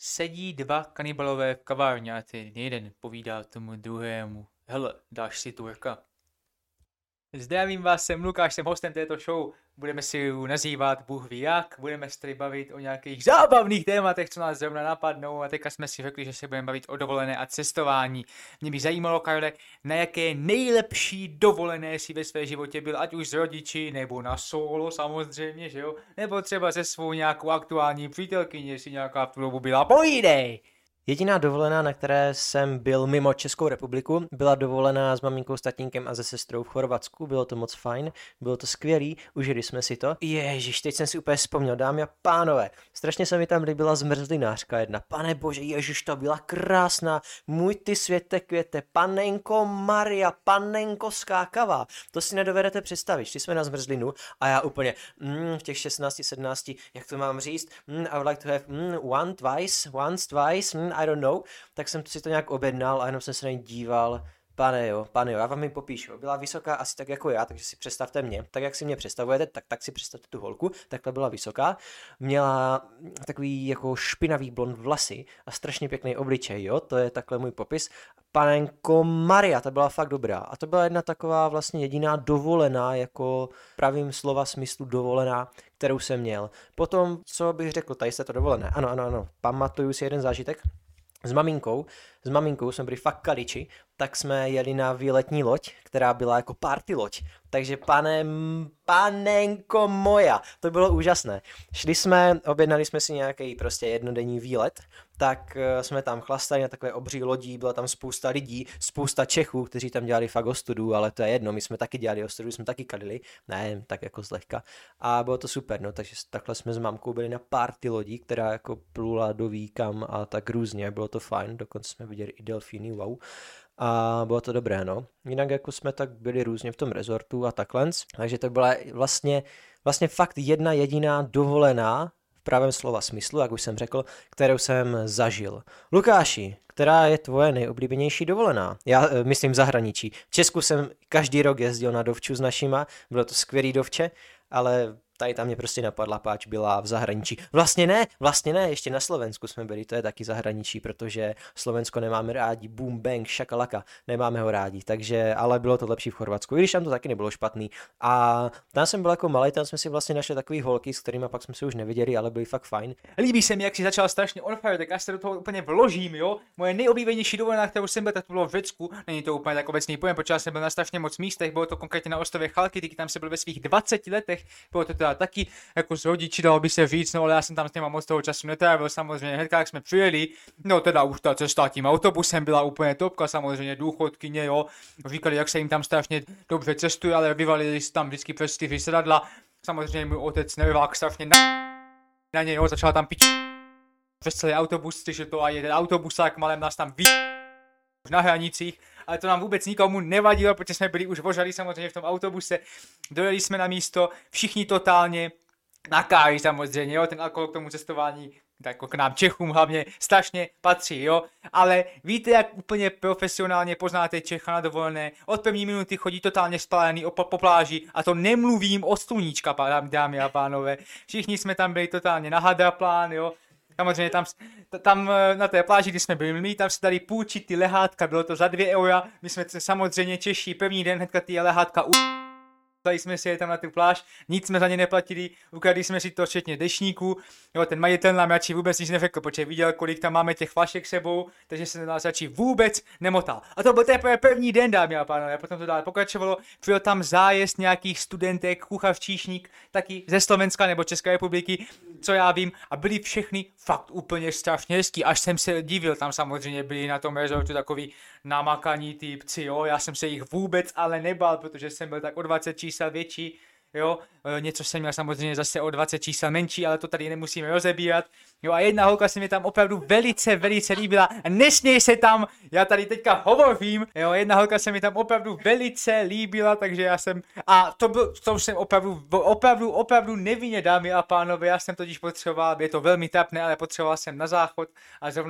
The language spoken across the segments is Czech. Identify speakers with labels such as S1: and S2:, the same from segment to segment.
S1: Sedí dva kanibalové v kavárně a ten jeden povídá tomu druhému. Hele, dáš si tvorka? Zdravím vás, jsem Lukáš, jsem hostem této show. Budeme si ji nazývat Bůh ví jak, budeme se tady bavit o nějakých zábavných tématech, co nás zrovna napadnou a teďka jsme si řekli, že se budeme bavit o dovolené a cestování. Mě by zajímalo, Karle, na jaké nejlepší dovolené si ve své životě byl, ať už s rodiči, nebo na solo samozřejmě, že jo, nebo třeba se svou nějakou aktuální přítelkyní, jestli nějaká v tu dobu byla, povídej!
S2: Jediná dovolená, na které jsem byl mimo Českou republiku, byla dovolená s maminkou, s tatínkem a se sestrou v Chorvatsku. Bylo to moc fajn, bylo to skvělý, užili jsme si to. Ježiš, teď jsem si úplně vzpomněl, dámy a pánové, strašně se mi tam líbila zmrzlinářka jedna. Pane bože, ježiš, to byla krásná, můj ty světe květe, panenko Maria, panenko skákavá. To si nedovedete představit, šli jsme na zmrzlinu a já úplně, v těch 16, 17, jak to mám říct, I would like to have once, twice, I don't know, tak jsem si to nějak objednal a jenom jsem se na ní díval. Pane jo, já vám ji popíšu. Byla vysoká asi tak jako já, takže si představte mě. Tak jak si mě představujete, tak si představte tu holku. Takhle byla vysoká. Měla takový jako špinavý blond vlasy a strašně pěkný obličej, jo. To je takhle můj popis. Panenko Maria, ta byla fakt dobrá. A to byla jedna taková vlastně jediná dovolená, jako pravým slova smyslu dovolená, kterou jsem měl. Potom, co bych řekl, tady jste to dovolené. Ano. Pamatuju si jeden zážitek. S maminkou jsme byli fakt kaliči, tak jsme jeli na výletní loď, která byla jako party loď. Takže panenko moja, to bylo úžasné. Objednali jsme si nějaký prostě jednodenní výlet, tak jsme tam chlastali na takové obří lodí, byla tam spousta lidí, spousta Čechů, kteří tam dělali fakt ostudu, ale to je jedno, my jsme taky dělali ostudu, jsme taky kalili, ne, tak jako zlehka. A bylo to super, no, takže takhle jsme s mamkou byli na party lodí, která jako plula do víkam a tak různě, bylo to fajn, dokonce jsme viděli i delfíny, wow. A bylo to dobré, no. Jinak jako jsme tak byli různě v tom rezortu a takhle, takže to byla vlastně fakt jedna jediná dovolená, v pravém slova smyslu, jak už jsem řekl, kterou jsem zažil. Lukáši, která je tvoje nejoblíbenější dovolená? Já myslím v zahraničí. V Česku jsem každý rok jezdil na dovču s našima, bylo to skvělý dovče, ale tady tam mě prostě napadla, páč byla v zahraničí. Vlastně ne, ještě na Slovensku jsme byli, to je taky zahraničí, protože Slovensko nemáme rádi, boom, bang, šakalaka, nemáme ho rádi, takže, ale bylo to lepší v Chorvatsku, i když tam to taky nebylo špatný. A tam jsem byl jako malej, tam jsme si vlastně našli takový holky, s kterými pak jsme se už neviděli, ale byli fakt fajn.
S1: Líbí se mi, jak jsi začal strašně on fire, tak já se do toho úplně vložím, jo. Moje nejoblíbenější dovolená, kterou jsem byl, tak to bylo v Řecku. Není to úplně tak obecný pojem, protože já jsem byl na strašně moc místech, bylo to konkrétně na ostrově Chalkidy, tam jsem byl ve svých 20 letech, bylo to teda taky jako s rodiči, dalo by se říct, no ale já jsem tam s těma moc toho času netrávil, samozřejmě hned jak jsme přijeli, no teda už ta cesta tím autobusem byla úplně topka, samozřejmě důchodkyně, jo, říkali, jak se jim tam strašně dobře cestuje, ale vyvalili se tam vždycky přes 4 sedadla, samozřejmě můj otec nevylák strašně na něj, jo, začal tam pič přes celý autobus, že to a jeden autobusák malem nás tam na hranicích, ale to nám vůbec nikomu nevadilo, protože jsme byli už ožralí samozřejmě v tom autobuse, dojeli jsme na místo, všichni totálně na káry samozřejmě, jo, ten alkohol k tomu cestování, tak jako k nám Čechům hlavně, strašně patří, jo, ale víte, jak úplně profesionálně poznáte Čecha na dovolené, od první minuty chodí totálně spálený po pláži a to nemluvím o sluníčka, dámy a pánové, všichni jsme tam byli totálně na hadraplán, jo, samozřejmě tam na té pláži, kdy jsme byli my, tam se dali půjčit ty lehátka, bylo to za 2 eura, my jsme samozřejmě Češi, první den hnedka ty lehátka dali jsme si je tam na tu pláž, nic jsme za ně neplatili, ukradli jsme si to včetně dešníků, jo, ten majitel nám radši vůbec nic neřekl, protože viděl, kolik tam máme těch flašek sebou, takže se nás radši vůbec nemotal. A to byl teprve první den, dámy a pánové, potom to dále pokračovalo, byl tam zájezd nějakých studentek, kuchař, číšník, taky ze Slovenska nebo České republiky, co já vím, a byli všechny fakt úplně strašně hezký, až jsem se divil, tam samozřejmě byli na tom rezortu takový namakaní typci, jo, já jsem se jich vůbec ale nebál, protože jsem byl tak o 20 čísel větší, jo, něco jsem měl samozřejmě zase o 20 čísel menší, ale to tady nemusíme rozebírat, jo, a jedna holka se mi tam opravdu velice líbila a nesměj se tam, já tady teďka hovořím, jo, jedna holka se mi tam opravdu velice líbila, takže já jsem, a to jsem opravdu nevinně, dámy a pánové, já jsem totiž potřeboval, je to velmi trapné, ale potřeboval jsem na záchod a zrovna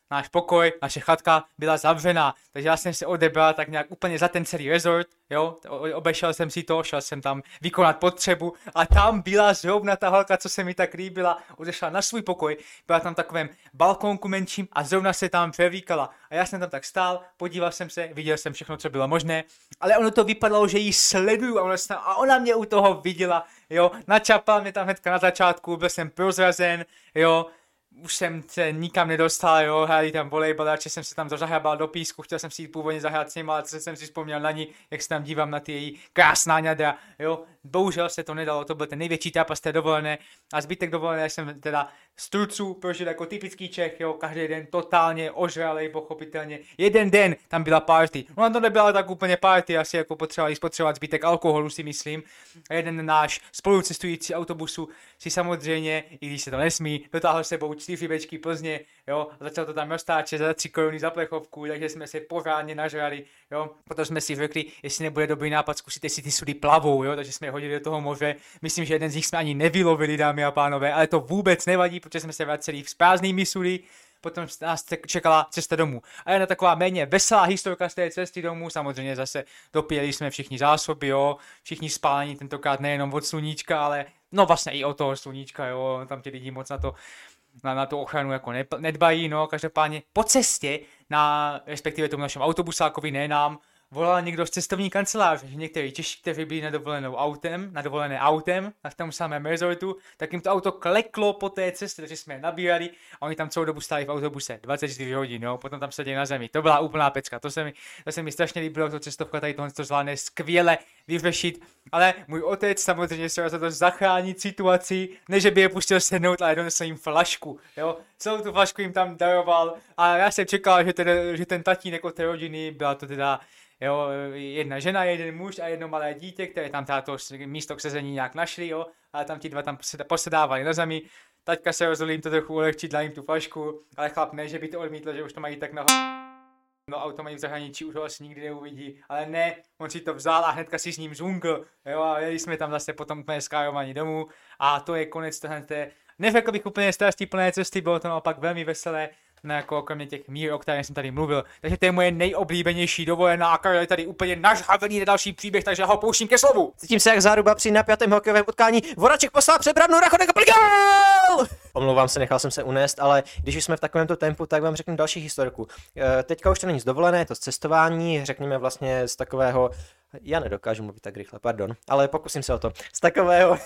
S1: náš pokoj, naše chatka byla zavřená, takže já jsem se odebral tak nějak úplně za ten celý resort, jo, obešel jsem si to, šel jsem tam vykonat potřebu a tam byla zrovna ta holka, co se mi tak líbila, odešla na svůj pokoj, byla tam takovém balkónku menším a zrovna se tam převlíkala a já jsem tam tak stál, podíval jsem se, viděl jsem všechno, co bylo možné, ale ono to vypadalo, že ji sleduju a ona mě u toho viděla, jo, načapala mě tam hnedka na začátku, byl jsem prozrazen, jo, už jsem se nikam nedostal, jo, hráli tam volejbal, radši jsem se tam zahrabal do písku, chtěl jsem si jít původně zahrát s nima, ale jsem si vzpomněl na ní, jak se tam dívám na ty její krásná ňadra, jo, bohužel se to nedalo, to byl ten největší tápas té dovolené a zbytek dovolené jsem teda z Turců prožil jako typický Čech, jo, každý den totálně ožralej, pochopitelně, jeden den tam byla party, no to nebyla tak úplně party, asi jako potřebovali spotřebovat zbytek alkoholu, si myslím, a jeden náš spolucestující autobusu si samozřejmě, i když se to nesmí, dotáhl sebou 4 bečky Plzně, jo, a začal to tam roztáčet za 3 koruny za plechovku, takže jsme se pořádně nažrali, jo, potom jsme si řekli, jestli nebude dobrý nápad, zkusit si ty sudy plavou, jo, takže jsme je hodili do toho moře, myslím, že jeden z nich jsme ani nevylovili, dámy a pánové, ale to vůbec nevadí, protože jsme se vraceli s prázdnými sudy, potom nás čekala cesta domů. A jedna taková méně veselá historka z té cesty domů, samozřejmě zase dopili jsme všichni zásoby, jo, všichni spálení, tentokrát nejenom od sluníčka, ale no vlastně i od toho sluníčka, jo, tam ti lidi moc na tu ochranu jako nedbají, no, každopádně po cestě respektive tomu našemu autobusákovi, ne nám, volal někdo z cestovní kanceláře, že někteří Češi, kteří byli na dovolené autem na tom samém resortu, tak jim to auto kleklo po té cestě, takže jsme je nabírali a oni tam celou dobu stáli v autobuse, 24 hodin, jo, potom tam seděli na zemi, to byla úplná pecka, to se mi strašně líbilo, to cestovka tady tohle to zvládne skvěle vyřešit, ale můj otec samozřejmě se rozhodl zachránit situaci, ne že by je pustil sednout, ale donesl jim flašku, jo, celou tu flašku jim tam daroval a já jsem čekal, že ten tatínek od té rodiny, byla to teda jo, jedna žena, jeden muž a jedno malé dítě, které tam táto místo k sezení nějak našli, jo, a tam ti dva tam posedávali na zemi. Taťka se rozhodl jim to trochu ulehčit, dal jim tu flašku, ale chlap ne, že by to odmítl, že už to mají tak no auto mají v zahraničí, už ho asi nikdy neuvidí, ale ne, on si to vzal a hnedka si s ním zvunkl, jo, a jeli jsme tam zase potom úplně skárovaní domů a to je konec té, neřekl bych úplně strastiplné cesty, bylo to naopak velmi veselé, no jako kromě těch mír, o kterých jsem tady mluvil. Takže to je moje nejoblíbenější dovolená a Karel je tady úplně nažhavený na další příběh, takže ho pouštím ke slovu.
S2: Cítím se jak záruba při napjatém hokejovém utkání. Voraček poslal přebravnu, Rachodek a gól! Omlouvám se, nechal jsem se unést, ale když už jsme v takovémto tempu, tak vám řeknu další historku. Teďka už to není z dovolené, je to z cestování, řekněme vlastně z takového. Já nedokážu mluvit tak rychle, pardon, ale pokusím se o to. Z takového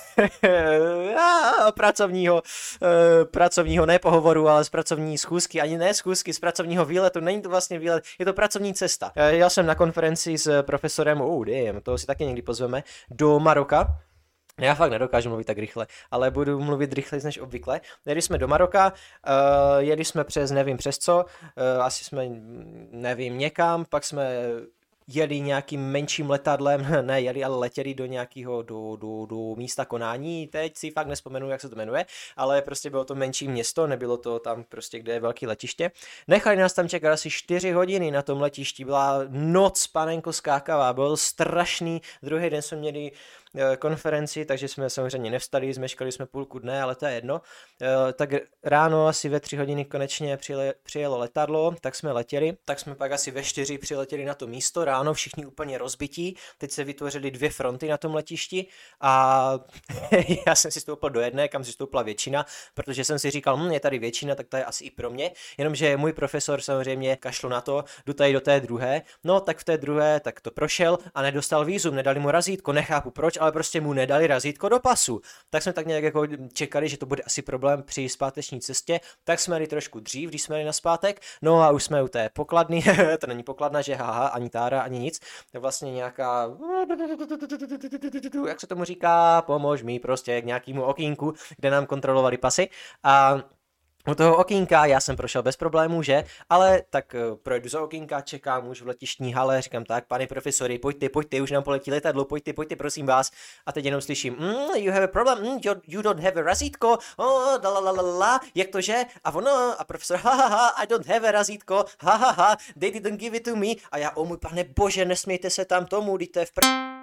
S2: pracovního ne pohovoru, ale z pracovní schůzky, ani ne schůzky, z pracovního výletu, není to vlastně výlet, je to pracovní cesta. Já jsem na konferenci s profesorem, toho si taky někdy pozveme, do Maroka. Já fakt nedokážu mluvit tak rychle, ale budu mluvit rychleji než obvykle. Jeli jsme do Maroka, jeli jsme nevím přes co, asi jsme, nevím, někam, pak jsme jeli nějakým menším letadlem, ne jeli, ale letěli do nějakého, do místa konání, teď si fakt nespomenu, jak se to jmenuje, ale prostě bylo to menší město, nebylo to tam prostě, kde je velké letiště. Nechali nás tam čekat asi 4 hodiny na tom letišti, byla noc panenko skákavá, bylo strašný, druhý den jsme měli konferenci, takže jsme samozřejmě nevstali, zmeškali jsme půlku dne, ale to je jedno. Tak ráno asi ve 3 hodiny konečně přijelo letadlo, tak jsme letěli, tak jsme pak asi ve 4 přiletěli na to místo, ráno všichni úplně rozbití, teď se vytvořily 2 fronty na tom letišti a já jsem si stoupil do jedné, kam si stoupila většina, protože jsem si říkal, je tady většina, tak to je asi i pro mě, jenomže můj profesor samozřejmě kašlo na to, jdu tady do té druhé, no tak v té druhé tak to prošel a nedostal vízum, nedali mu razítko, nechápu proč, ale prostě mu nedali razítko do pasu. Tak jsme tak nějak jako čekali, že to bude asi problém při zpáteční cestě, tak jsme jeli trošku dřív, když jsme jeli na zpátek, no a už jsme u té pokladny, to není pokladna, že haha, ani tára, ani nic, to je vlastně nějaká, jak se tomu říká, pomož mi prostě k nějakému okýnku, kde nám kontrolovali pasy a u toho okýnka já jsem prošel bez problémů, že? Ale tak projdu za okýnka, čekám už v letištní hale, říkám tak, pane profesori, pojďte, už nám poletí letadlo, pojďte, prosím vás. A teď jenom slyším, you have a problem, you don't have a razítko, jak to že? A ono, a profesor, I don't have a razítko, they didn't give it to me. A já, můj pane bože, nesmějte se tam tomu, dejte v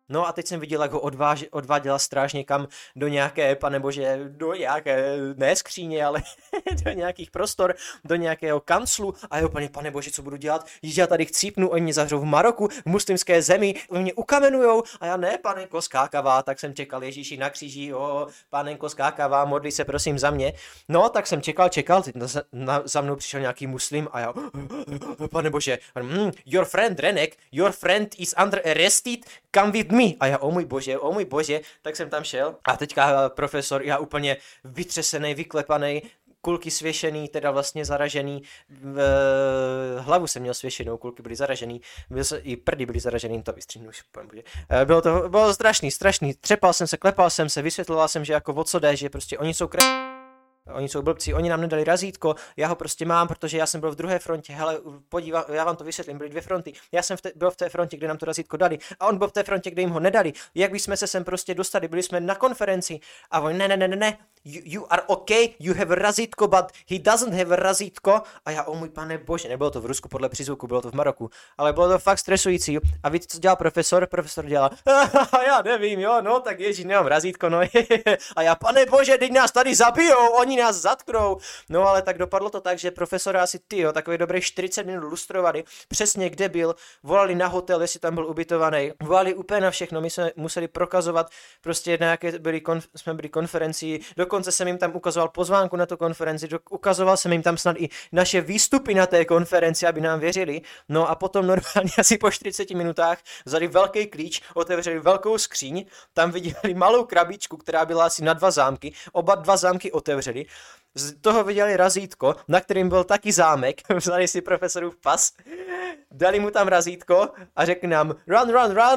S2: No a teď jsem viděl, jak ho odváděla stráž někam do nějaké, panebože, do nějaké, ne skříně, ale do nějakých prostor, do nějakého kanclu a jo, panebože, co budu dělat? Já tady chcípnu, oni mě zavřou v Maroku, v muslimské zemi, oni mě ukamenujou a já ne, panenko skákavá, tak jsem čekal Ježíši na kříži, jo, panenko skákavá, modli se prosím za mě. No, tak jsem čekal, teď za mnou přišel nějaký muslim a já, panebože, your friend Renek, your friend is under arrested, come with me. A já, o můj bože, tak jsem tam šel. A teďka profesor, já úplně vytřesený, vyklepaný, kulky svěšený, teda vlastně zaražený, hlavu jsem měl svěšenou, kulky byly zaražený, i prdy byly zaražený, to vystříhnu už, bylo strašný, třepal jsem se, klepal jsem se, vysvětloval jsem, že jako o co jde, že prostě oni jsou blbci, oni nám nedali razítko, já ho prostě mám, protože já jsem byl v druhé frontě, hele, já vám to vysvětlím, byly 2 fronty, já jsem byl v té frontě, kde nám to razítko dali a on byl v té frontě, kde jim ho nedali, jak bychom se sem prostě dostali, byli jsme na konferenci a on ne, you are okay, you have a razítko, but he doesn't have a razítko a já, o můj pane bože, nebylo to v Rusku podle přízvuku, bylo to v Maroku, ale bylo to fakt stresující a víte, co dělal profesor? Profesor dělal, já nevím, jo, no, tak ježíš, nemám razítko, no, a já, pane bože, teď nás tady zabijou, oni nás zatknou. No ale tak dopadlo to tak, že profesora asi takový dobrý 40 minut lustrovali, přesně kde byl, volali na hotel, jestli tam byl ubytovaný, volali úplně na všechno, my jsme museli prokazovat prostě na jaké jsme byli konferenci, dokonce jsem jim tam ukazoval pozvánku na tu konferenci, ukazoval jsem jim tam snad i naše výstupy na té konferenci, aby nám věřili. No a potom normálně asi po 40 minutách vzali velký klíč, otevřeli velkou skříň, tam viděli malou krabičku, která byla asi na 2 zámky, oba 2 zámky otevřeli. Z toho viděli razítko, na kterým byl taky zámek, vzali si profesorův pas, dali mu tam razítko a řekli nám run,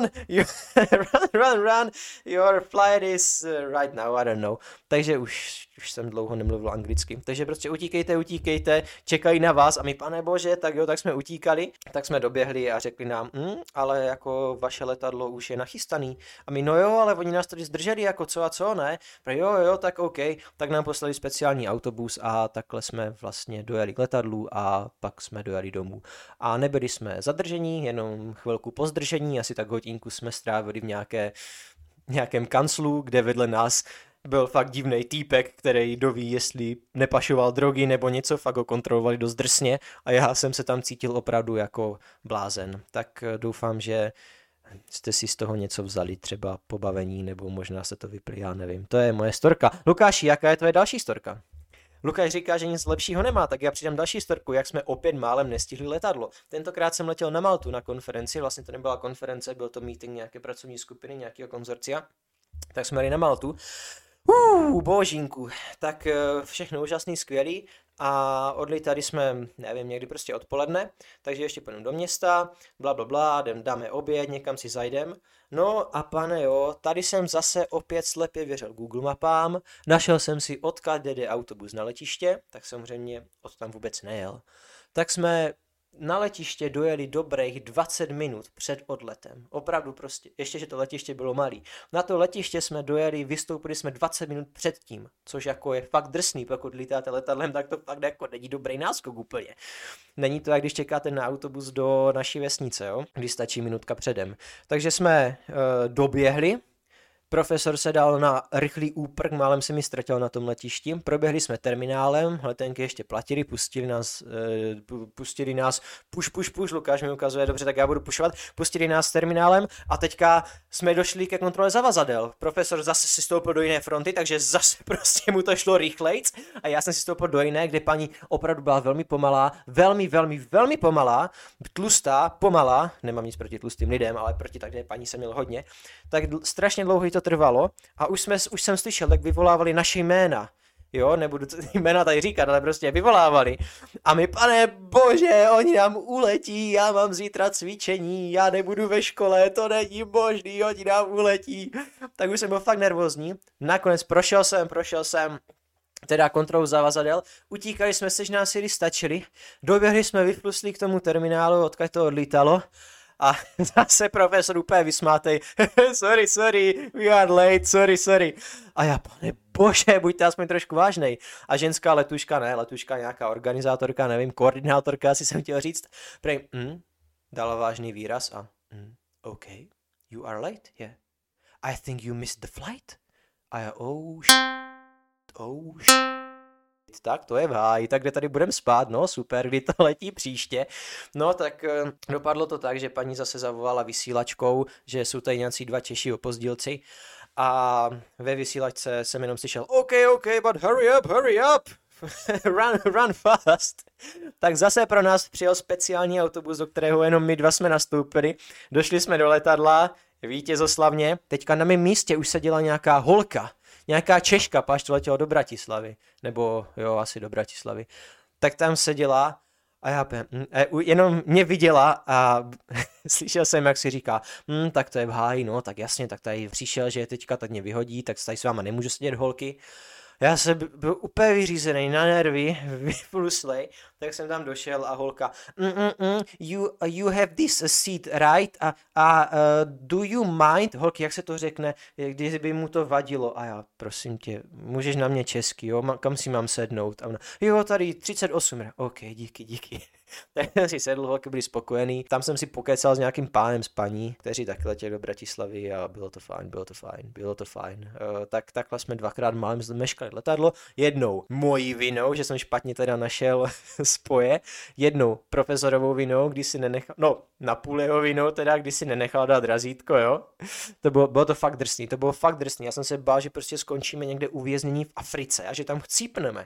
S2: your flight is right now, I don't know. Takže už jsem dlouho nemluvil anglicky. Takže prostě utíkejte, čekají na vás a my, pane bože, tak jo, tak jsme utíkali, tak jsme doběhli a řekli nám, ale jako vaše letadlo už je nachystaný. A my, no jo, ale oni nás tady zdrželi, jako co a co, ne? Jo, tak OK, tak nám poslali speciální autobus a takhle jsme vlastně dojeli k letadlu a pak jsme dojeli domů. A nebyli jsme zadržení, jenom chvilku po zdržení, asi tak hodinku jsme strávili v nějakém kanclu, kde vedle nás byl fakt divnej týpek, který doví, jestli nepašoval drogy nebo něco, fakt ho kontrolovali dost drsně a já jsem se tam cítil opravdu jako blázen. Tak doufám, že jste si z toho něco vzali, třeba pobavení, nebo možná se to vypli, já nevím. To je moje storka. Lukáši, jaká je tvoje další storka? Lukáš říká, že nic lepšího nemá, tak já přidám další storku, jak jsme opět málem nestihli letadlo. Tentokrát jsem letěl na Maltu na konferenci, vlastně to nebyla konference, byl to meeting nějaké pracovní skupiny, nějakého konzorcia, tak jsme jeli na Maltu. Božínku, tak všechno úžasný, skvělý a odlítali jsme, nevím, někdy prostě odpoledne, takže ještě půjdeme do města, blablabla, dáme oběd, někam si zajdem. No a pane jo, tady jsem zase opět slepě věřil Google mapám, našel jsem si odkud jde autobus na letiště, tak samozřejmě od tam vůbec nejel. Tak jsme na letiště dojeli dobrých 20 minut před odletem. Opravdu prostě, ještě že to letiště bylo malý. Na to letiště jsme dojeli, vystoupili jsme 20 minut předtím, což jako je fakt drsný, pokud lítáte letadlem, tak to fakt jako není dobrý náskok úplně. Není to, jak když čekáte na autobus do naší vesnice, jo? Když stačí minutka předem. Takže jsme doběhli, profesor se dal na rychlý úprk, málem se mi ztratil na tom letišti. Proběhli jsme terminálem, letenky ještě platili, pustili nás, push, Lukáš mi ukazuje, dobře, tak já budu pušovat, pustili nás terminálem a teďka jsme došli ke kontrole zavazadel. Profesor zase si stoupil do jiné fronty, takže zase prostě mu to šlo rychlejc a já jsem si stoupil do jiné, kde paní opravdu byla velmi pomalá, velmi pomalá, tlustá, pomalá, nemám nic proti tlustým lidem, ale proti takové paní jsem měl hodně, tak strašně dlouho to trvalo a už jsem slyšel, jak vyvolávali naše jména. Jo, nebudu jména tady říkat, ale prostě vyvolávali. A my, pane bože, oni nám uletí, já mám zítra cvičení, já nebudu ve škole, to není možný, oni nám uletí. Tak už jsem byl fakt nervózní. Nakonec prošel jsem teda kontrolu zavazadel, utíkali jsme, sež nás síly stačili, doběhli jsme, vyplusli k tomu terminálu, odkud to odlítalo. A zase profesor úplně vysmátej, sorry, we are late, sorry. A já, pane bože, buďte aspoň trošku vážnej. A ženská letuška, nějaká organizátorka, nevím, koordinátorka, asi jsem chtěl říct, dala vážný výraz a OK, You are late? Yeah. I think you missed the flight. A já, oh tak to je v háji, tak kde tady budem spát, no super, kdy to letí příště. No tak dopadlo to tak, že paní zase zavolala vysílačkou, že jsou tady nějací 2 Češi opozdilci a ve vysílačce jsem jenom slyšel OK, but hurry up. run fast. Tak zase pro nás přijel speciální autobus, do kterého jenom my 2 jsme nastoupili. Došli jsme do letadla, vítězoslavně. Teďka na mém místě už seděla nějaká holka, nějaká Češka, páč to letělo do Bratislavy. Nebo jo, asi do Bratislavy. Tak tam seděla a já jenom mě viděla a slyšel jsem, jak si říká, tak to je v háji, no, tak jasně, tak tady přišel, že teďka tak mě vyhodí, tak tady s váma nemůžu sedět holky. Já jsem byl úplně vyřízený na nervy, vypluslej, tak jsem tam došel a holka, you have this seat, right? Do you mind, holky, jak se to řekne, kdyby mu to vadilo? A já, prosím tě, můžeš na mě česky, jo, kam si mám sednout? A ona, jo, tady 38, ok, díky. Tak jsem si sedl, holky byli spokojený, tam jsem si pokecal s nějakým pánem z paní, kteří taky letěli do Bratislavy a bylo to fajn. Tak takhle jsme 2krát málem zmeškali letadlo, jednou mojí vinou, že jsem špatně teda našel spoje, jednou profesorovou vinou, když si nenechal, no napůl jeho vinou teda, když si nenechal dát razítko, jo. Bylo to fakt drsný, já jsem se bál, že prostě skončíme někde uvěznění v Africe a že tam chcípneme.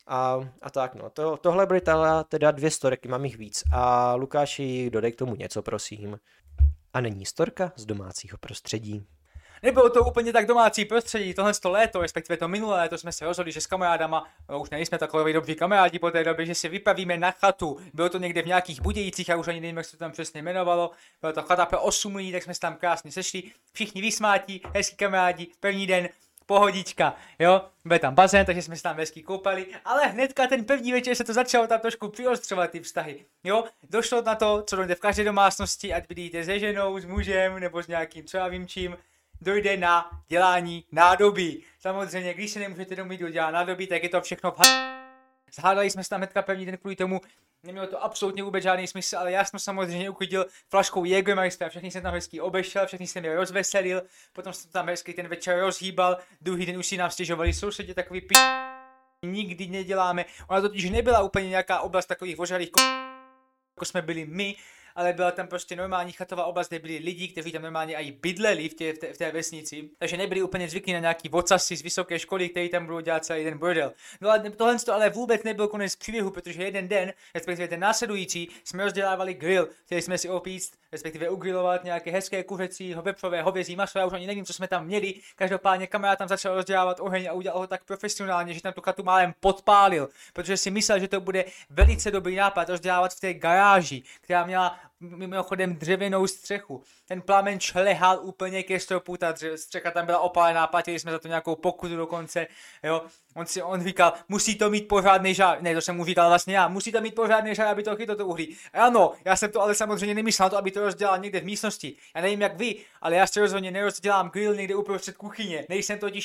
S2: A tak no, tohle byly teda 2 storky, mám jich víc. A Lukáši, dodej k tomu něco, prosím. A není storka z domácího prostředí.
S1: Nebylo to úplně tak domácí prostředí, tohle léto, respektive to minulé léto jsme se rozhodli, že s kamarádama, už nejsme takové dobří kamarádi po té době, že si vypravíme na chatu. Bylo to někde v nějakých Budějicích, já už ani nevím, jak se to tam přesně jmenovalo. Byla to chata pro 8 lidí, tak jsme se tam krásně sešli. Všichni vysmátí, hezký kamarádi, první den, pohodička, jo, byl tam bazén, takže jsme se tam hezky koupali, ale hnedka ten první večer se to začalo tam trošku přiostřovat ty vztahy, jo, došlo na to, co dojde v každé domácnosti, ať bydlíte se ženou, s mužem, nebo s nějakým, co já vím čím, dojde na dělání nádobí. Samozřejmě, když se nemůžete domů dělat nádobí, tak je to všechno Zhádali jsme se tam hnedka první den kvůli tomu, nemělo to absolutně vůbec žádný smysl, ale já jsem samozřejmě uklidil flaškou Jägermeistera, všechny jsem tam hezky obešel, všechny jsem je rozveselil, potom jsem tam hezky ten večer rozhýbal, druhý den už si nám stěžovali sousedě takový nikdy neděláme, ona totiž nebyla úplně nějaká oblast takových ožralých jako jsme byli my, ale byla tam prostě normální chatová oblast, kde byli lidi, kteří tam normálně i bydleli v té vesnici, takže nebyli úplně zvyklí na nějaký vocasy z vysoké školy, kteří tam budou dělat celý den bordel. No ale tohle ale vůbec nebyl konec příběhu, protože jeden den, respektive ten následující, jsme rozdělávali grill, chtěli jsme si opíct, respektive ugrilovat nějaké hezké kuřecí, vepřové, hovězí maso, já už ani nevím, co jsme tam měli. Každopádně kamarád tam začal rozdělávat oheň a udělal ho tak profesionálně, že tam tu chatu málem podpálil, protože si myslel, že to bude velice dobrý nápad rozdělávat v té garáži, která měla mimochodem dřevěnou střechu. Ten plamen šlehal úplně ke stropu, ta střecha tam byla opálená, platili jsme za to nějakou pokutu dokonce, jo. On říkal, musí to mít pořádný žár, ne, to jsem mu říkal vlastně já, musí to mít pořádný žár, aby to chytlo to uhlí. Ano, já jsem to ale samozřejmě nemyslel to, aby to rozdělal někde v místnosti. Já nevím jak vy, ale já si rozhodně nerozdělám grill někde uprostřed kuchyně, nejsem totiž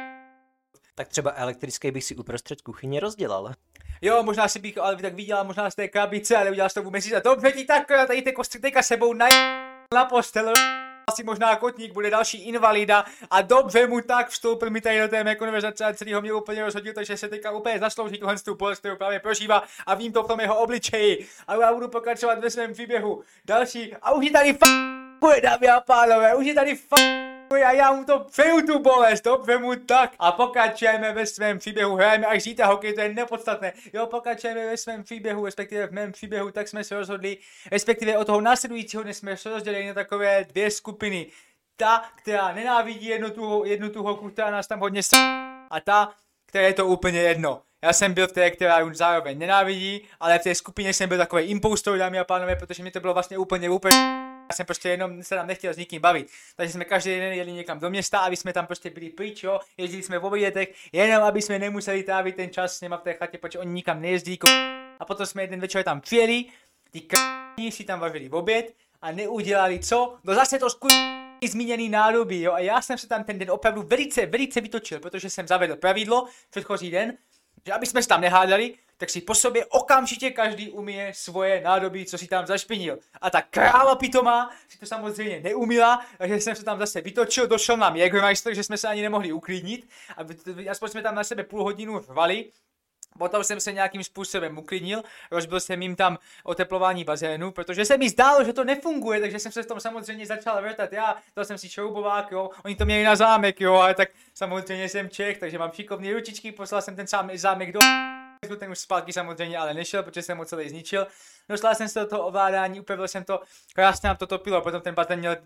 S2: Tak třeba elektrický bych si uprostřed kuchyně rozdělal.
S1: Jo, možná si bych ale tak viděla možná z té krabice, ale udělal jsi to vůbec a dobře ti tak, tady ty kostry teďka sebou na postel, asi možná kotník, bude další invalida a dobře mu tak vstoupil mi tady do té mé konverzace a celý ho mě úplně rozhodil, takže se teďka úplně zaslouží tuhle tu bolest, kterou právě prožívá a vím to v tom jeho obličeji a já budu pokračovat ve svém příběhu. Další, a už je tady bude, dámy a pánové, už je tady a já mu to přeju tu bolest, dobře mu tak. A pokračujeme ve svém příběhu, hrajeme až zítra hokej, to je nepodstatné. Jo, pokračujeme ve svém příběhu, respektive v mém příběhu, tak jsme se rozhodli, respektive od toho následujícího dne jsme se rozdělili na takové 2 skupiny. Ta, která nenávidí jednu tu holku, která nás tam hodně a ta, která je to úplně jedno. Já jsem byl v té, která ji zároveň nenávidí, ale v té skupině jsem byl takový impostor, dámy a pánové, protože mi to bylo vlastně úplně já jsem prostě jenom se tam nechtěl s nikým bavit. Takže jsme každý den jeli někam do města, aby jsme tam prostě byli pryč, jo. Jezdili jsme v obědech, jenom aby jsme nemuseli trávit ten čas s něma v té chatě, protože oni nikam nejezdí. A potom jsme jeden večer tam přijeli, ty si tam vařili v oběd a neudělali co? No zase to zmíněný nádobí, jo. A já jsem se tam ten den opravdu velice vytočil, protože jsem zavedl pravidlo předchozí den, že aby jsme se tam nehádali, tak si po sobě okamžitě každý umije svoje nádobí, co si tam zašpinil. A ta kráva pitomá si to samozřejmě neumila, takže jsem se tam zase vytočil, došel nám Jägermeister, že jsme se ani nemohli uklidnit. A aspoň jsme tam na sebe půl hodinu řvali. Potom jsem se nějakým způsobem uklidnil, rozbil jsem jim tam oteplování bazénu, protože se mi zdálo, že to nefunguje, takže jsem se v tom samozřejmě začal vrtat. Já to jsem si šroubovák, jo, oni to měli na zámek, jo, ale tak samozřejmě jsem Čech, takže mám šikovný ručičky, poslal jsem ten zámek do ten už zpátky samozřejmě ale nešel, protože jsem ho celý zničil. Dostal jsem se do toho ovládání, upravil jsem to, krásně nám to topilo, potom ten bazén měl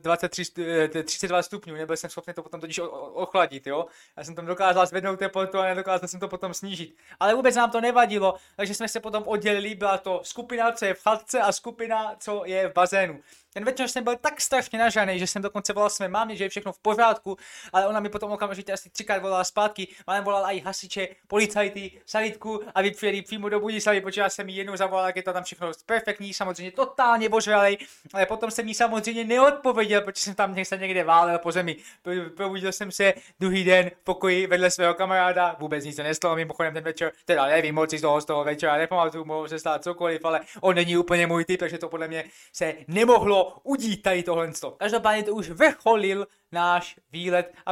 S1: 32 stupňů, nebyl jsem schopný to potom totiž ochladit, jo. Já jsem tam dokázal zvednout teplotu a nedokázal jsem to potom snížit. Ale vůbec nám to nevadilo, takže jsme se potom oddělili, byla to skupina, co je v chatce a skupina, co je v bazénu. Ten večer jsem byl tak strašně nažraný, že jsem dokonce volal své mámě, že je všechno v pořádku, ale ona mi potom okamžitě asi 3krát volala zpátky, mám volal i hasiče, policajty, sanitku, aby přijeli přímo do Budislavy, protože já jsem jí jednou zavolal, jak je to tam všechno perfektní, samozřejmě totálně ožralej, ale potom jsem jí samozřejmě neodpověděl, protože jsem tam se někde válel po zemi. Probudil jsem se druhý den v pokoji vedle svého kamaráda, vůbec nic se nestalo mimochodem ten večer, teda nevím moc z toho večera, nepamatuju, mohlo se stát cokoliv, ale on není úplně můj typ, takže to podle mě se nemohlo udít tady tohle. Každopádně to už vrcholil náš výlet a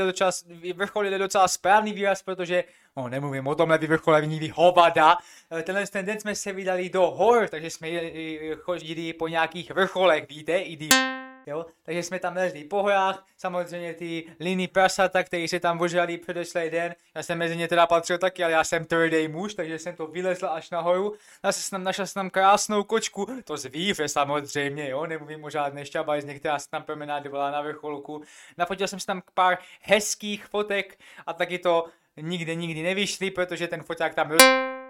S1: vrcholil docela správný výraz, protože nemluvím o tomhle vyvrcholení hovada. Tenhle ten den jsme se vydali do hor, takže jsme chodili po nějakých vrcholech, víte, jo? Takže jsme tam lezli po horách, samozřejmě ty liny prasata, který se tam ožrali předešlý den. Já jsem mezi ně teda patřil taky, ale já jsem tvrdý muž, takže jsem to vylezl až nahoru. Našel jsem tam krásnou kočku, to zvíře samozřejmě, jo, nemluvím o žádné šťabajzně, která se tam promenádovala na vrcholku. Nafotil jsem si tam pár hezkých fotek a taky to nikdy nevyšli, protože ten foťák tam byl.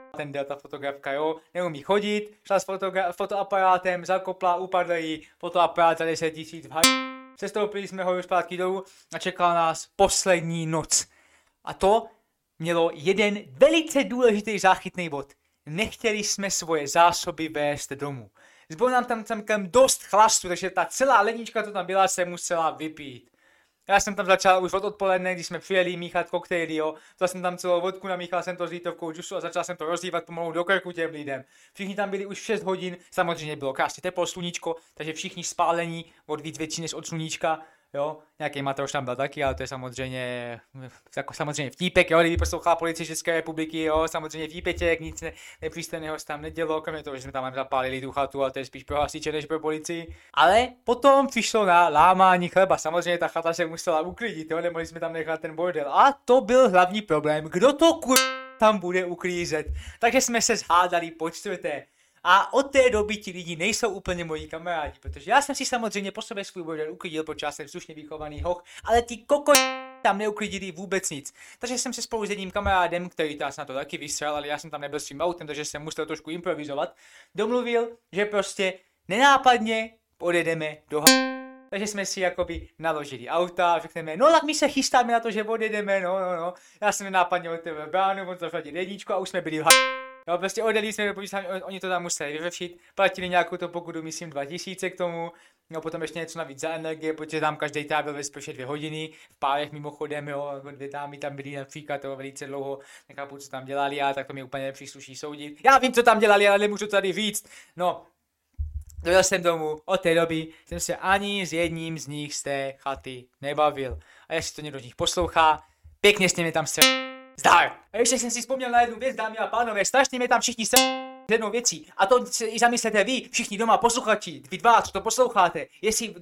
S1: Ta fotografka, jo, neumí chodit, šla s fotoaparátem, zakopla, upadl jí fotoaparát za 10 000 Přestoupili jsme horu zpátky dolů a čekala nás poslední noc. A to mělo jeden velice důležitý záchytný bod. Nechtěli jsme svoje zásoby vést domů. Zbylo nám tam celkem dost chlastu, takže ta celá lednička, co tam byla, se musela vypít. Já jsem tam začal už od odpoledne, když jsme přijeli míchat koktejly, jo. Vzal jsem tam celou vodku, namíchal jsem to s lítovkou džusu a začal jsem to rozlívat pomalu do krku těm lidem. Všichni tam byli už 6 hodin, samozřejmě bylo krásně teplo, sluníčko, takže všichni spálení od víc větší než od sluníčka, jo. Nějaký matroš tam byl taky, ale to je samozřejmě, jako samozřejmě vtípek, jo, kdyby poslouchala policie České republiky, jo, samozřejmě vtípeček, nic nepřístejného se tam nedělo, kromě toho, že jsme tam zapálili tu chatu, ale to je spíš pro hasiče než pro policii. Ale potom přišlo na lámání chleba, samozřejmě ta chata se musela uklidit, jo, nemohli jsme tam nechat ten bordel. A to byl hlavní problém, kdo to tam bude uklízet. Takže jsme se zhádali po čtvrté. A od té doby ti lidi nejsou úplně moji kamarádi, protože já jsem si samozřejmě po sobě svůj bordel uklidil, protože jsem slušně vychovaný hoch, ale ti tam neuklidili vůbec nic. Takže jsem se spolu s jedním kamarádem, který se na to taky vysral, ale já jsem tam nebyl s tím autem, takže jsem musel trošku improvizovat, domluvil, že prostě nenápadně odjedeme do Takže jsme si jakoby naložili auta a řekneme, no tak my se chystáme na to, že odjedeme, no. Já jsem nenápadně otevřel bránu, on zavřel jedničku a už jsme byli No, prostě odjeli jsme do Budislavy, oni to tam museli vyřešit, platili nějakou to pokutu, myslím 2000 k tomu, no potom ještě něco navíc za energie, protože tam každý trávil ve spoše 2 hodiny, v párech mimochodem, jo, jako 2 dámy tam byly například, to velice dlouho, nechápu, co tam dělali, ale tak to mi úplně nepřísluší soudit. Já vím, co tam dělali, ale nemůžu tady říct, no. Dojel jsem domů, od té doby jsem se ani s jedním z nich z té chaty nebavil. A jestli to někdo z nich poslouchá, pěkně s nimi tam se zdar. A ještě jsem si vzpomněl na jednu věc, dámy a pánové, strašně mě tam všichni se jednou věcí. A to se i zamyslete vy, všichni doma posluchači, vy dva, co to posloucháte. Jestli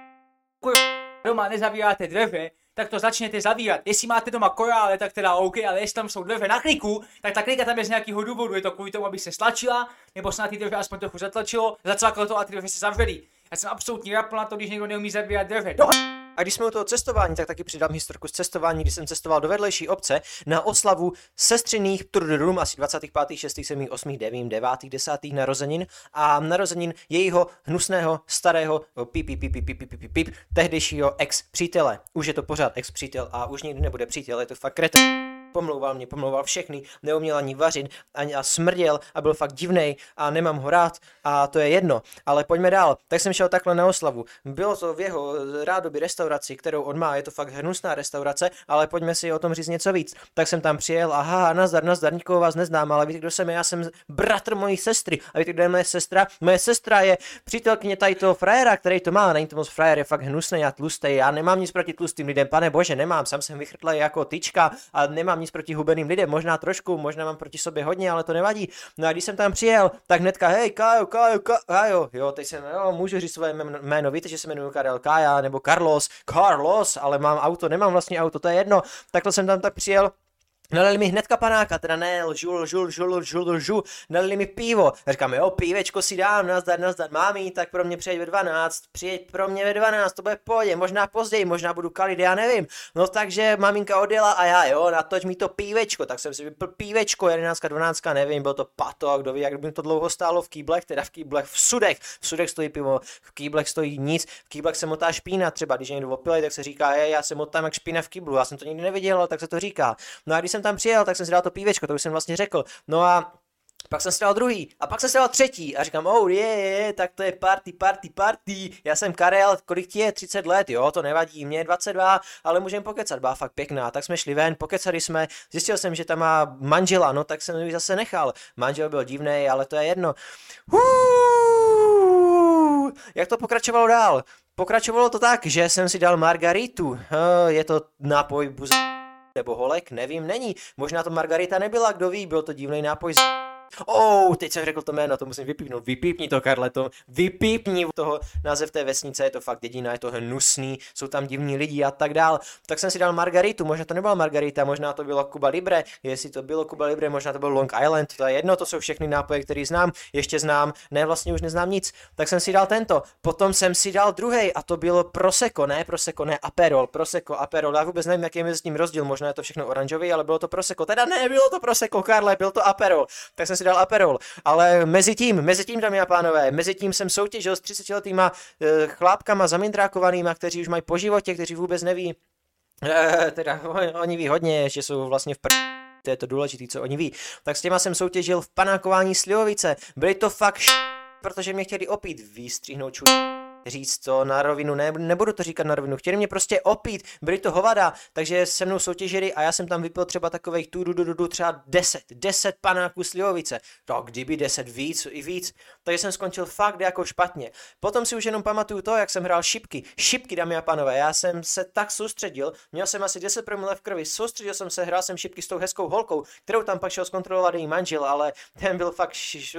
S1: doma nezavíráte dveře, tak to začněte zavírat. Jestli máte doma korále, tak teda OK, ale jestli tam jsou dveře na kliku, tak ta klika tam je z nějakého důvodu, je to kvůli tomu, aby se stlačila, nebo se na ty dveře aspoň trochu zatlačilo, zacvaklo to a ty dveře se zavřely. Já jsem absolutně rapl na to, když někdo neumí zavírat dveře.
S2: A když jsme u toho cestování, tak taky přidám historku z cestování, kdy jsem cestoval do vedlejší obce na oslavu sestřiných asi 25., 6., 7., 8., 9., 9., 10. narozenin a narozenin jejího hnusného, starého tehdejšího ex-přítele. Už je to pořád ex-přítel a už nikdy nebude přítel, je to fakt pomlouval všechny, neuměl ani vařit a smrděl a byl fakt divnej a nemám ho rád a to je jedno, ale pojďme dál. Tak jsem šel takhle na oslavu. Bylo to v jeho rádoby restauraci, kterou on má, je to fakt hnusná restaurace, ale pojďme si o tom říct něco víc. Tak jsem tam přijel, aha, nazdar, nikoho vás neznám, ale víte, kdo jsem, já jsem bratr mojí sestry. A víte, kdo je moje sestra? Moje sestra je přítelkyně tady toho frajera, který to má, není to moc frajer, je fakt hnusný a tlustý. Já nemám nic proti tlustým lidem, pane bože, nemám, sám jsem vychrtlej jako tyčka a nemám nic proti hubeným lidem, možná trošku, možná mám proti sobě hodně, ale to nevadí. No a když jsem tam přijel, tak hnedka, hej, Kájo, jo, teď jsem, jo, můžu říct svoje jméno, víte, že se jmenuji Karel Kája, nebo Carlos, ale mám auto, nemám vlastně auto, to je jedno. Takhle jsem tam tak přijel. Nalili mi hnedka panáka, teda ne, lžu, nalili mi pivo. A říkám, jo, pívečko si dám, nazdar, mámi, tak pro mě přijeď ve 12, to bude v pohodě, možná později, možná budu kalit, já nevím. No takže maminka odjela a já, jo, natoč mi to pívečko, tak jsem si vypil pívečko, 11, 12, nevím, byl to pato, kdo ví, jak by to dlouho stálo v kýblech, v sudech stojí pivo, v kýblech stojí nic, v kýblech se motá špína, třeba když je někdo opilej, tak se říká, já se motám jak špína v kýblu, já jsem to nikdy neviděl, tak se to říká. No a když jsem tam přijel, tak jsem si dal to pívečko, to už jsem vlastně řekl. No a pak jsem si dal druhý a pak jsem si dal třetí a říkám, tak to je party. Já jsem Karel, kolik ti je? 30 let, jo, to nevadí, mě je 22, ale můžeme pokecat, byla fakt pěkná. Tak jsme šli ven, pokecali jsme, zjistil jsem, že tam má manžela, no tak jsem ji zase nechal. Manžel byl divnej, ale to je jedno. Jak to pokračovalo dál? Pokračovalo to tak, že jsem si dal margaritu, je to nápoj nebo holek, nevím, není. Možná to margarita nebyla, kdo ví, byl to divný nápoj teď jsem řekl to jméno, to musím vypípnout. Vypípni to, Karle, vypípni toho název té vesnice, je to fakt dědina, je to hnusný, jsou tam divní lidi a tak dál. Tak jsem si dal margaritu, možná to nebyla margarita, možná to bylo Cuba Libre, jestli to bylo Cuba Libre, možná to byl Long Island, to je jedno, to jsou všechny nápoje, které znám, ještě znám, ne, vlastně už neznám nic. Tak jsem si dal tento, potom jsem si dal druhej a to bylo Prosecco, ne Aperol, Aperol, já vůbec nevím, jaký je mezi tím rozdíl, možná je to všechno oranžový, ale bylo to Prosecco, teda ne, bylo to Prosecco, Karle, byl to Aperol. Tak jsem si dal Aperol, ale mezi tím, dámy a pánové, mezi tím jsem soutěžil s 30letýma chlápkama zamindrákovanýma, kteří už mají po životě, kteří vůbec neví, teda oni ví hodně, že jsou vlastně v to je to důležité, co oni ví. Tak s těma jsem soutěžil v panákování slivovice, byli to fakt protože mě chtěli opít, vystříhnout říct to na rovinu, nebudu to říkat na rovinu, chtěli mě prostě opít, byli to hovada, takže se mnou soutěžili a já jsem tam vypil třeba takovej třeba 10 panáků slivovice, tak kdyby 10 víc, takže jsem skončil fakt jako špatně. Potom si už jenom pamatuju to, jak jsem hrál šipky, dámy a pánové, já jsem se tak soustředil, měl jsem asi 10 promile v krvi, soustředil jsem se, hrál jsem šipky s tou hezkou holkou, kterou tam pak šel zkontrolovat její manžel, ale ten byl fakt,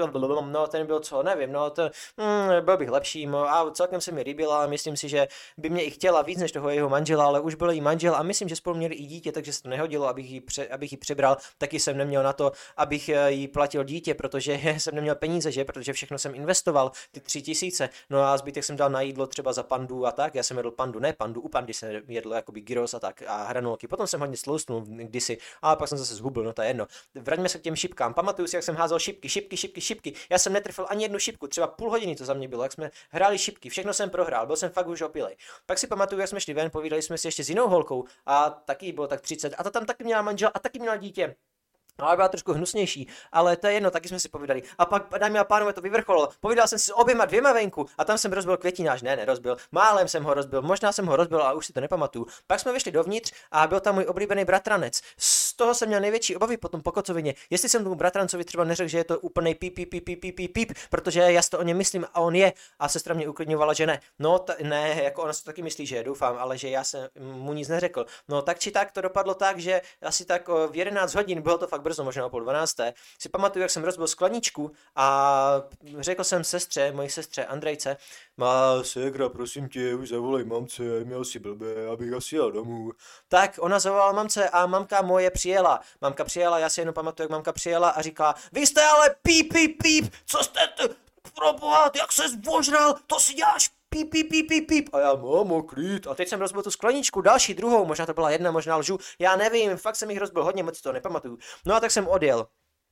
S2: ten byl co, nevím, byl bych lepší, a celkem se mi líbila a myslím si, že by mě i chtěla víc než toho jeho manžela, ale už byl jí manžel a myslím, že spolu měli i dítě, takže se to nehodilo, abych ji přebral, taky jsem neměl na to, abych jí platil dítě, protože jsem neměl peníze, že, protože všechno jsem investoval, ty 3000, no a zbytek jsem dal na jídlo třeba za pandu a tak, já jsem jedl pandu u pandy se jedlo jakoby gyros a tak a hranolky, potom jsem hodně stloustnul kdysi, ale pak jsem zase zhubil, no to je jedno. Vraťme se k těm šipkám, pamatuju si, jak jsem házel šipky, já jsem netrefil ani jednu šipku, třeba půl hodiny to za mě bylo, jak jsme hráli šipky, všechno jsem prohrál, byl jsem fakt už opilej. Pak si pamatuju, jak jsme šli ven, povídali jsme si ještě s jinou holkou a taky bylo tak 30 a ta tam taky měla manžel a taky měla dítě. Ale byla trošku hnusnější, ale to je jedno, taky jsme si povídali. A pak, dámy a pánové, to vyvrcholilo. Povídal jsem si s oběma dvěma venku a tam jsem rozbil květinář, nerozbil. Málem jsem ho rozbil, možná jsem ho rozbil a už si to nepamatuju. Pak jsme vyšli dovnitř a byl tam můj oblíbený bratranec. Z toho jsem měl největší obavy potom po kocovině. Jestli jsem tomu bratrancovi třeba neřekl, že je to úplnej píp, protože já si to o něm myslím a on je. A sestra mě uklidňovala, že ne. No, ne, jako ona si to taky myslí, že je, doufám, ale že já jsem mu nic neřekl. No, tak či tak to dopadlo tak, že asi tak v 11 hodin, bylo to fakt brzo, možná o 11:30, si pamatuju, jak jsem rozbil skleničku a řekl jsem mojí sestře Andrejce, má ségra, prosím tě, už zavolej mamce, měl si blbě, abych asi jel domů. Tak ona zavolala mamce a mamka moje přijela. Mamka přijela, já si jenom pamatuju, jak mamka přijela a říkala, vy jste ale píp, co jste probohat, jak se zvožral, to si děláš píp. A já, mámo, klid. A teď jsem rozbil tu skleničku, další, druhou, možná to byla jedna, možná lžu, já nevím, fakt jsem jich rozbil hodně, moc to nepamatuju. No a tak jsem odjel.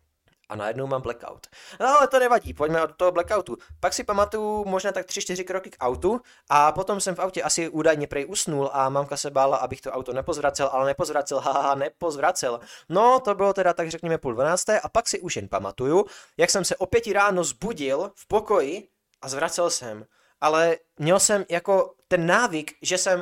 S2: A najednou mám blackout. No ale to nevadí, pojďme od toho blackoutu. Pak si pamatuju možná tak 3-4 kroky k autu a potom jsem v autě asi údajně prej usnul a mamka se bála, abych to auto nepozvracel, ale nepozvracel. No to bylo teda tak řekněme 11:30 a pak si už jen pamatuju, jak jsem se o 5 ráno zbudil v pokoji a zvracel jsem. Ale měl jsem jako ten návyk, že jsem,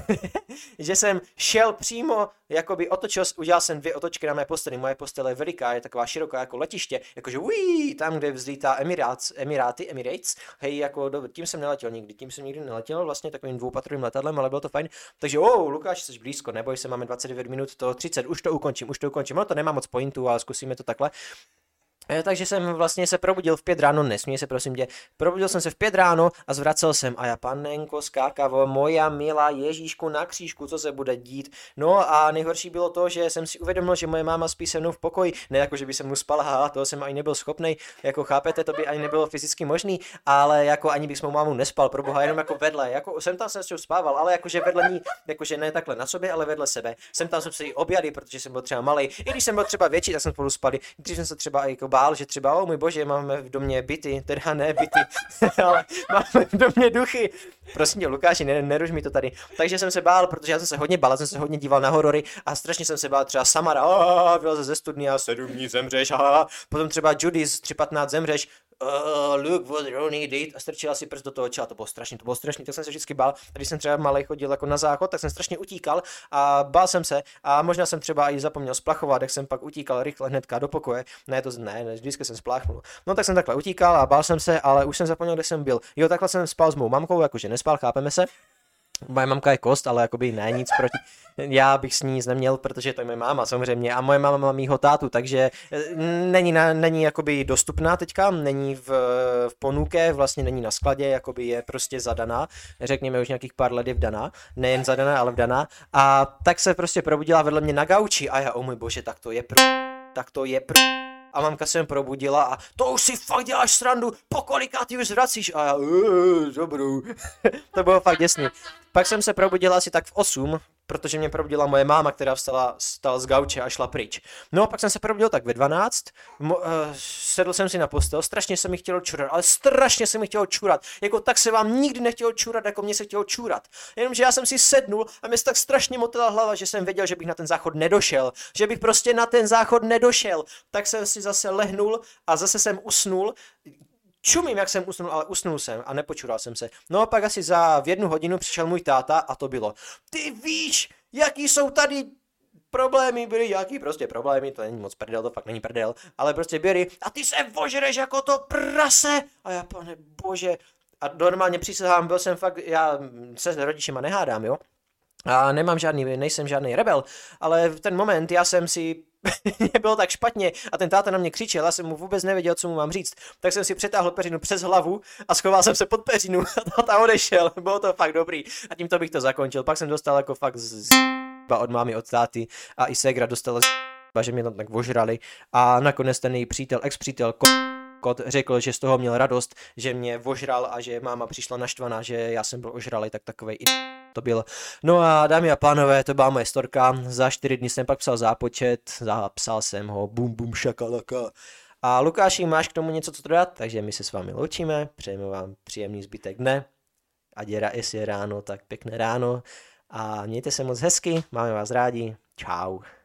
S2: že jsem šel přímo, jakoby otočil, udělal jsem 2 otočky na mé posteli. Moje postele je veliká, je taková široká jako letiště, jakože tam, kde vzlítá Emirates, hej, jako tím jsem neletěl nikdy, tím jsem nikdy neletěl, vlastně takovým 2patrovým letadlem, ale bylo to fajn. Takže Lukáš, jsi blízko, neboj se, máme 29 minut, to 30, už to ukončím, no to nemá moc pointu, ale zkusíme to takhle. Takže jsem vlastně se probudil v 5 ráno, nesmí se prosím tě, probudil jsem se v 5 ráno a zvracel jsem a já panenko skákavo, moja milá Ježíšku na křížku, co se bude dít. No a nejhorší bylo to, že jsem si uvědomil, že moje máma spí se mnou v pokoji, ne jako, že by se mnou spala, toho jsem ani nebyl schopnej, jako chápete, to by ani nebylo fyzicky možný, ale jako ani bych s mou mámou nespal, pro boha, jenom jako vedle, jako jsem tam se s ním spával, ale jakože vedle ní, jakože ne takhle na sobě, ale vedle sebe. Jsem tam se jí objali, protože jsem byl třeba malej, i když jsem byl třeba větší, tak jsme spolu spali, když jsem se třeba jako bál, že třeba, můj bože, máme v domě byty, teda ne byty, ale máme v domě duchy. Prosím tě, Lukáši, neruš mi to tady. Takže jsem se bál, protože já jsem se hodně bál, jsem se hodně díval na horory a strašně jsem se bál třeba Samara, vyleze ze studny a 7 dní zemřeš, potom třeba Judy z 3:15 zemřeš, look what Ronnie did a strčila si prst do toho čela, to bylo strašný, tak jsem se vždycky bál, když jsem třeba malej chodil jako na záchod, tak jsem strašně utíkal a bál jsem se a možná jsem třeba i zapomněl splachovat, tak jsem pak utíkal rychle hnedka do pokoje, ne, vždycky jsem spláchnul, no tak jsem takhle utíkal a bál jsem se, ale už jsem zapomněl, kde jsem byl, jo, takhle jsem spal s mou mamkou, jakože nespal, chápeme se. Moje mamka je kost, ale jakoby ne, nic proti. Já bych s ní nic neměl, protože to je moje máma samozřejmě a moje máma má mýho tátu, takže není jakoby dostupná teďka, není v ponuke, vlastně není na skladě, jakoby je prostě zadaná, řekněme už nějakých pár let je vdaná, nejen zadaná, ale vdaná a tak se prostě probudila vedle mě na gauči a já, můj bože, tak to je a mamka se probudila a to už si fakt děláš srandu, po koliká ty už vracíš a já, dobrou. To bylo fakt děsný. Pak jsem se probudil asi tak v 8, protože mě probudila moje máma, která vstala z gauče a šla pryč. No, pak jsem se probudil tak ve 12, sedl jsem si na postel, strašně se mi chtělo čurat, ale strašně se mi chtělo čurat, jako tak se vám nikdy nechtělo čurat, jako mě se chtělo čurat. Jenomže já jsem si sednul a mě se tak strašně motila hlava, že jsem věděl, že bych na ten záchod nedošel, tak jsem si zase lehnul a zase jsem usnul. Čumím, jak jsem usnul, ale usnul jsem a nepočural jsem se. No a pak asi v 1 hodinu přišel můj táta a to bylo. Ty víš, jaký jsou tady problémy, to není moc prdel, to fakt není prdel, ale prostě byly a ty se ožereš jako to prase a já, pane bože, a normálně přísahám, byl jsem fakt, já se s rodičima nehádám, jo, a nejsem žádný rebel, ale v ten moment já jsem si mě bylo tak špatně a ten táta na mě křičel, já jsem mu vůbec nevěděl, co mu mám říct, tak jsem si přetáhl peřinu přes hlavu a schoval jsem se pod peřinu a táta odešel, bylo to fakt dobrý a tímto bych to zakončil, pak jsem dostal jako fakt od mámy, od táty a i ségra dostala že mě tam tak ožrali a nakonec ten její přítel, ex-přítel kot řekl, že z toho měl radost, že mě ožral a že máma přišla naštvaná, že já jsem byl ožralý, tak takovej to bylo. No a dámy a pánové, to byla moje storka, za 4 dny jsem pak psal zápočet, zapsal jsem ho, bum bum šakalaka. A Lukáši, máš k tomu něco co dodat? Takže my se s vámi loučíme, přejeme vám příjemný zbytek dne, ať jestli je ráno, tak pěkné ráno a mějte se moc hezky, máme vás rádi, čau.